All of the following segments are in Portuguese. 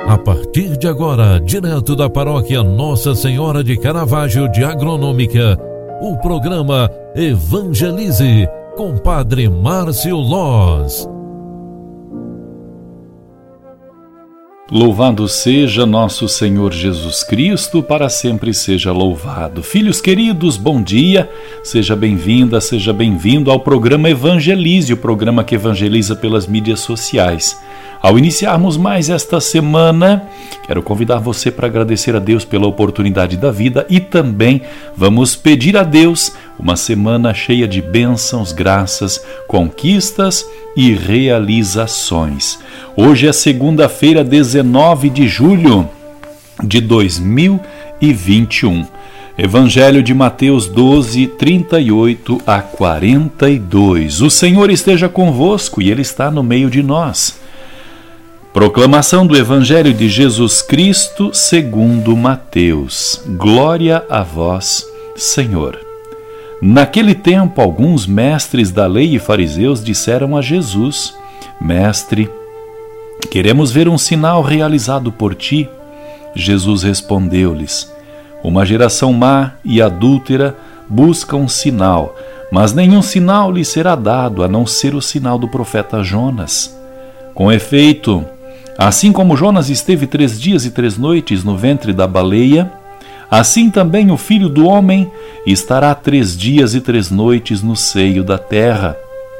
A partir de agora, direto da paróquia Nossa Senhora de Caravaggio de Agronômica, o programa Evangelize com Padre Márcio Loz. Louvado seja nosso Senhor Jesus Cristo, para sempre seja louvado. Filhos queridos, bom dia, seja bem-vinda, seja bem-vindo ao programa Evangelize, o programa que evangeliza pelas mídias sociais. Ao iniciarmos mais esta semana, quero convidar você para agradecer a Deus pela oportunidade da vida e também vamos pedir a Deus uma semana cheia de bênçãos, graças, conquistas e realizações. Hoje é segunda-feira, 19 de julho de 2021. Evangelho de Mateus 12, 38 a 42. O Senhor esteja convosco e Ele está no meio de nós. Proclamação do Evangelho de Jesus Cristo segundo Mateus. Glória a vós, Senhor. Naquele tempo, alguns mestres da lei e fariseus disseram a Jesus: Mestre, queremos ver um sinal realizado por ti. Jesus respondeu-lhes: Uma geração má e adúltera busca um sinal, mas nenhum sinal lhe será dado, a não ser o sinal do profeta Jonas. Com efeito, assim como Jonas esteve 3 dias e 3 noites no ventre da baleia, assim também o Filho do Homem estará 3 dias e 3 noites no seio da terra.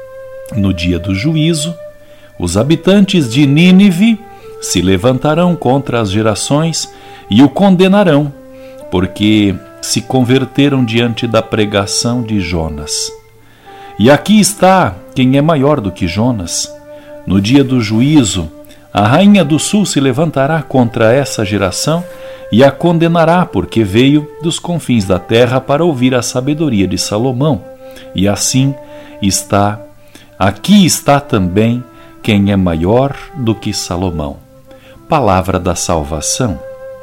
No dia do juízo, os habitantes de Nínive se levantarão contra as gerações e o condenarão, porque se converteram diante da pregação de Jonas. E aqui está quem é maior do que Jonas. No dia do juízo, a rainha do sul se levantará contra essa geração e a condenará, porque veio dos confins da terra para ouvir a sabedoria de Salomão. E assim está, aqui está também quem é maior do que Salomão. Palavra da salvação.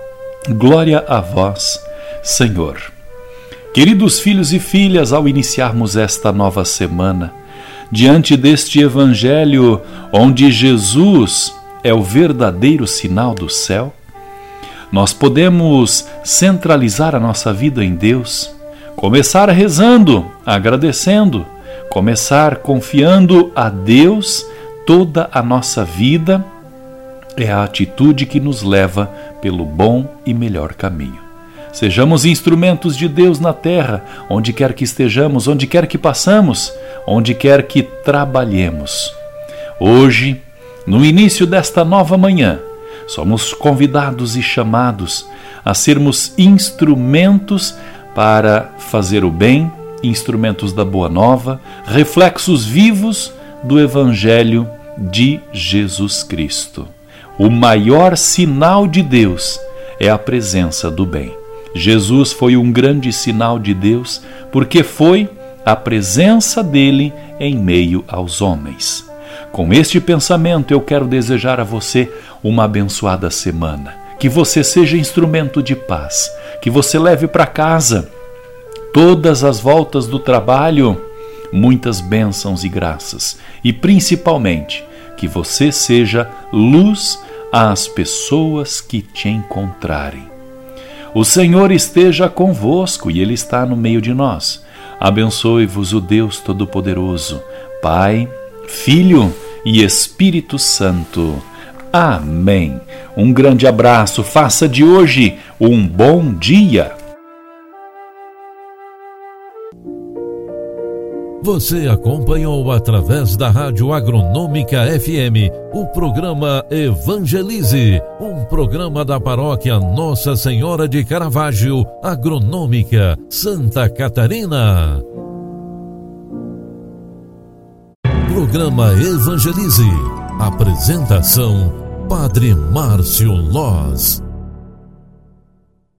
Glória a vós, Senhor. Queridos filhos e filhas, ao iniciarmos esta nova semana, diante deste Evangelho onde Jesus é o verdadeiro sinal do céu, nós podemos centralizar a nossa vida em Deus, começar rezando, agradecendo, começar confiando a Deus toda a nossa vida. É a atitude que nos leva pelo bom e melhor caminho. Sejamos instrumentos de Deus na terra, onde quer que estejamos, onde quer que passamos, onde quer que trabalhemos. Hoje, no início desta nova manhã, somos convidados e chamados a sermos instrumentos para fazer o bem, instrumentos da Boa Nova, reflexos vivos do Evangelho de Jesus Cristo. O maior sinal de Deus é a presença do bem. Jesus foi um grande sinal de Deus porque foi a presença dele em meio aos homens. Com este pensamento, eu quero desejar a você uma abençoada semana. Que você seja instrumento de paz. Que você leve para casa, todas as voltas do trabalho, muitas bênçãos e graças. E principalmente, que você seja luz às pessoas que te encontrarem. O Senhor esteja convosco e Ele está no meio de nós. Abençoe-vos o Deus Todo-Poderoso, Pai, Filho e Espírito Santo. Amém. Um grande abraço, faça de hoje um bom dia. Você acompanhou através da Rádio Agronômica FM o programa Evangelize, um programa da paróquia Nossa Senhora de Caravaggio, Agronômica, Santa Catarina. Programa Evangelize. Apresentação: Padre Márcio Loz.